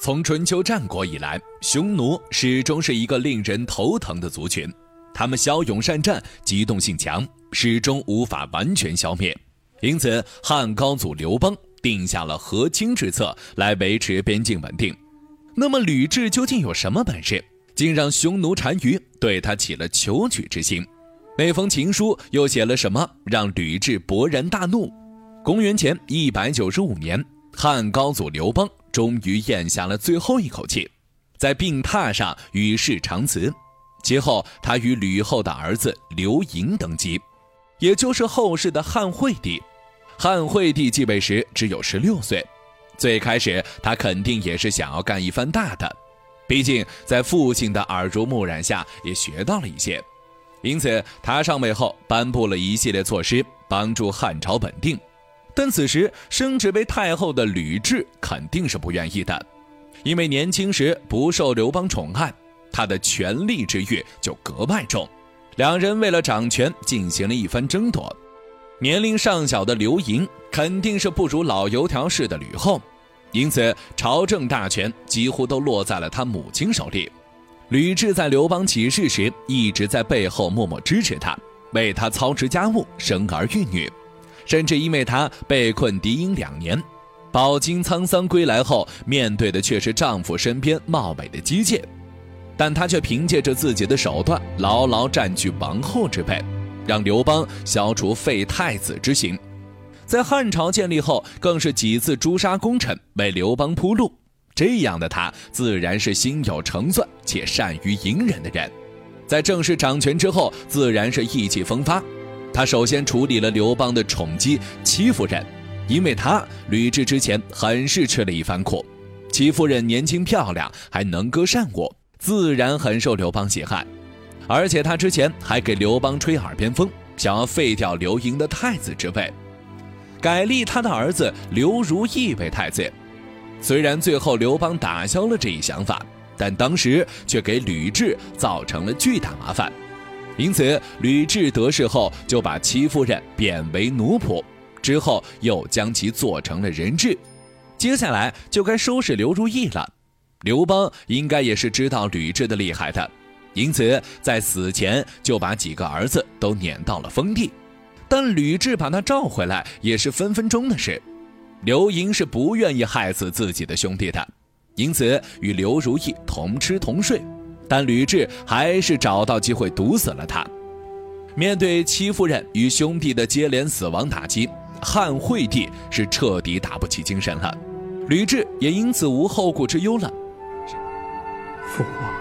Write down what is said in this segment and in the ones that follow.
从春秋战国以来，匈奴始终是一个令人头疼的族群。他们骁勇善战，机动性强，始终无法完全消灭。因此，汉高祖刘邦定下了和亲之策，来维持边境稳定。那么吕雉究竟有什么本事，竟让匈奴单于对他起了求取之心？那封情书又写了什么，让吕雉勃然大怒？公元前195年，汉高祖刘邦终于咽下了最后一口气，在病榻上与世长辞。其后，他与吕后的儿子刘盈登基，也就是后世的汉惠帝。汉惠帝继位时只有16岁，最开始他肯定也是想要干一番大的，毕竟在父亲的耳濡目染下也学到了一些。因此，他上位后颁布了一系列措施，帮助汉朝稳定。但此时升职为太后的吕雉肯定是不愿意的，因为年轻时不受刘邦宠爱，他的权力之欲就格外重。两人为了掌权进行了一番争夺。年龄尚小的刘盈肯定是不如老油条式的吕后，因此朝政大权几乎都落在了他母亲手里。吕雉在刘邦起事时一直在背后默默支持他，为他操持家务，生儿育女，甚至因为他被困敌营2年，饱经沧桑归来后，面对的却是丈夫身边貌美的姬妾，但她却凭借着自己的手段牢牢占据王后之位，让刘邦消除废太子之心。在汉朝建立后，更是几次诛杀功臣，为刘邦铺路。这样的他自然是心有成算且善于隐忍的人，在正式掌权之后，自然是意气风发。他首先处理了刘邦的宠姬戚夫人，因为他吕雉之前很是吃了一番苦。戚夫人年轻漂亮，还能歌善舞，自然很受刘邦喜爱。而且他之前还给刘邦吹耳边风，想要废掉刘盈的太子之位，改立他的儿子刘如意为太子。虽然最后刘邦打消了这一想法，但当时却给吕雉造成了巨大麻烦。因此吕雉得势后就把戚夫人贬为奴仆，之后又将其做成了人质。接下来就该收拾刘如意了。刘邦应该也是知道吕雉的厉害的，因此在死前就把几个儿子都撵到了封地。但吕雉把他召回来也是分分钟的事。刘盈是不愿意害死自己的兄弟的，因此与刘如意同吃同睡，但吕雉还是找到机会毒死了他。面对戚夫人与兄弟的接连死亡打击，汉惠帝是彻底打不起精神了，吕雉也因此无后顾之忧了。 父王，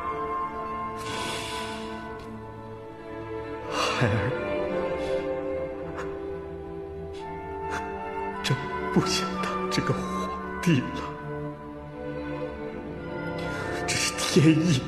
孩儿真不想当这个皇帝了，这是天意。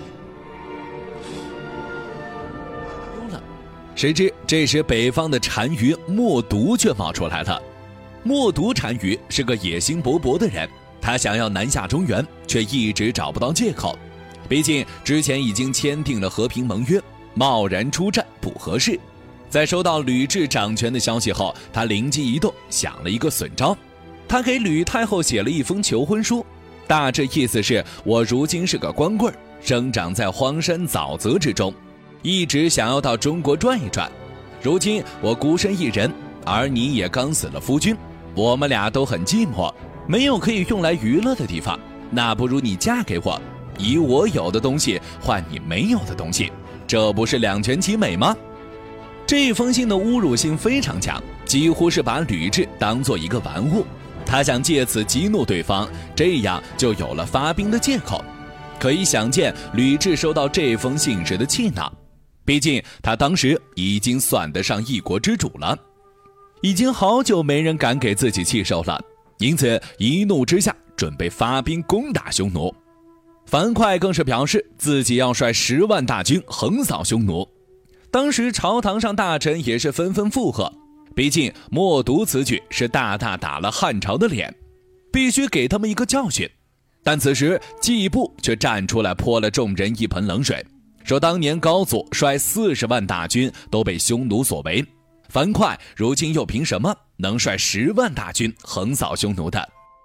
谁知这时北方的单于默毒却冒出来了。默毒单于是个野心勃勃的人，他想要南下中原，却一直找不到借口。毕竟之前已经签订了和平盟约，贸然出战不合适。在收到吕雉掌权的消息后，他灵机一动，想了一个损招。他给吕太后写了一封求婚书，大致意思是：我如今是个光棍，生长在荒山沼泽之中，一直想要到中国转一转。如今我孤身一人，而你也刚死了夫君，我们俩都很寂寞，没有可以用来娱乐的地方，那不如你嫁给我，以我有的东西换你没有的东西，这不是两全其美吗？这封信的侮辱性非常强，几乎是把吕雉当做一个玩物。他想借此激怒对方，这样就有了发兵的借口。可以想见吕雉收到这封信时的气恼，毕竟他当时已经算得上一国之主了，已经好久没人敢给自己气受了，因此一怒之下准备发兵攻打匈奴。樊哙更是表示自己要率10万大军横扫匈奴。当时朝堂上大臣也是纷纷附和，毕竟默毒此举是大大打了汉朝的脸，必须给他们一个教训。但此时季布却站出来泼了众人一盆冷水，说当年高祖率40万大军都被匈奴所围，樊哙如今又凭什么能率10万大军横扫匈奴的？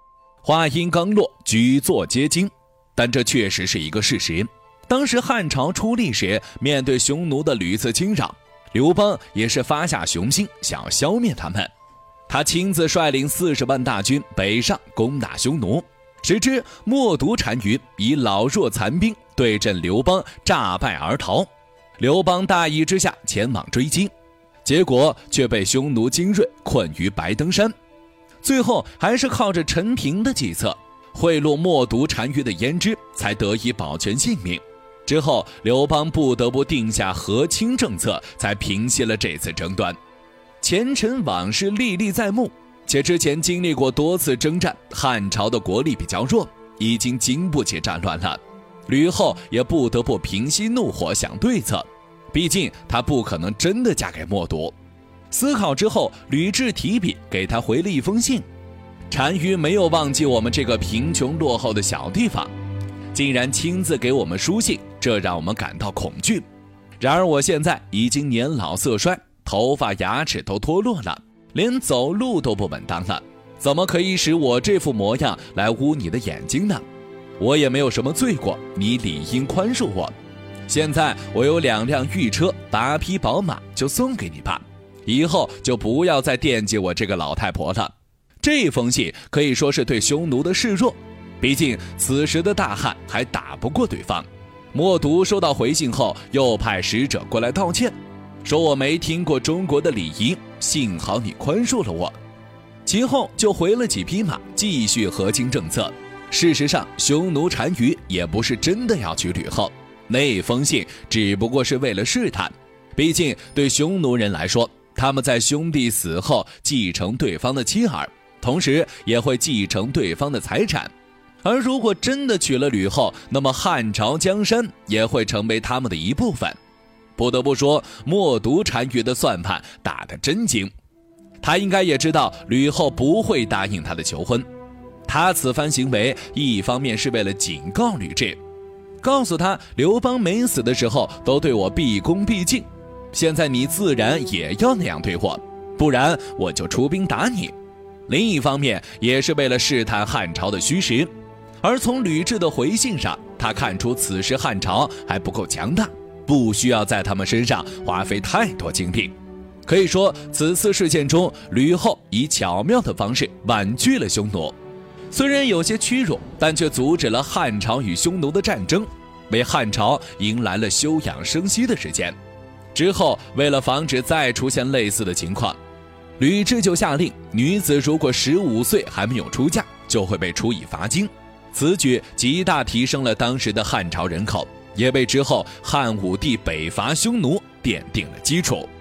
话音刚落，举座皆惊。但这确实是一个事实。当时汉朝出力时，面对匈奴的屡次侵扰，刘邦也是发下雄心，想要消灭他们。他亲自率领40万大军北上攻打匈奴，谁知冒顿单于以老弱残兵对阵刘邦，诈败而逃。刘邦大意之下前往追击，结果却被匈奴精锐困于白登山。最后还是靠着陈平的计策，贿赂冒顿单于的胭脂，才得以保全性命。之后刘邦不得不定下和亲政策，才平息了这次争端。前尘往事历历在目，且之前经历过多次征战，汉朝的国力比较弱，已经经不起战乱了。吕后也不得不平息怒火，想对策，毕竟她不可能真的嫁给冒顿。思考之后，吕雉提笔给他回了一封信。单于没有忘记我们这个贫穷落后的小地方，竟然亲自给我们书信，这让我们感到恐惧。然而我现在已经年老色衰，头发牙齿都脱落了，连走路都不稳当了，怎么可以使我这副模样来污你的眼睛呢？我也没有什么罪过，你理应宽恕我。现在我有2辆御车8匹宝马，就送给你吧，以后就不要再惦记我这个老太婆了。这封信可以说是对匈奴的示弱，毕竟此时的大汉还打不过对方。冒顿收到回信后，又派使者过来道歉，说我没听过中国的礼仪，幸好你宽恕了我。其后就回了几匹马，继续和亲政策。事实上，匈奴单于也不是真的要娶吕后，那封信只不过是为了试探。毕竟对匈奴人来说，他们在兄弟死后继承对方的妻儿，同时也会继承对方的财产。而如果真的娶了吕后，那么汉朝江山也会成为他们的一部分。不得不说，冒顿单于的算盘打得真精。他应该也知道吕后不会答应他的求婚。他此番行为，一方面是为了警告吕雉，告诉他刘邦没死的时候都对我毕恭毕敬，现在你自然也要那样对我，不然我就出兵打你。另一方面也是为了试探汉朝的虚实。而从吕雉的回信上，他看出此时汉朝还不够强大，不需要在他们身上花费太多精力。可以说，此次事件中，吕后以巧妙的方式婉拒了匈奴，虽然有些屈辱，但却阻止了汉朝与匈奴的战争，为汉朝迎来了休养生息的时间。之后，为了防止再出现类似的情况，吕雉就下令，女子如果15岁还没有出嫁，就会被处以罚金。此举极大提升了当时的汉朝人口，也为之后汉武帝北伐匈奴奠定了基础。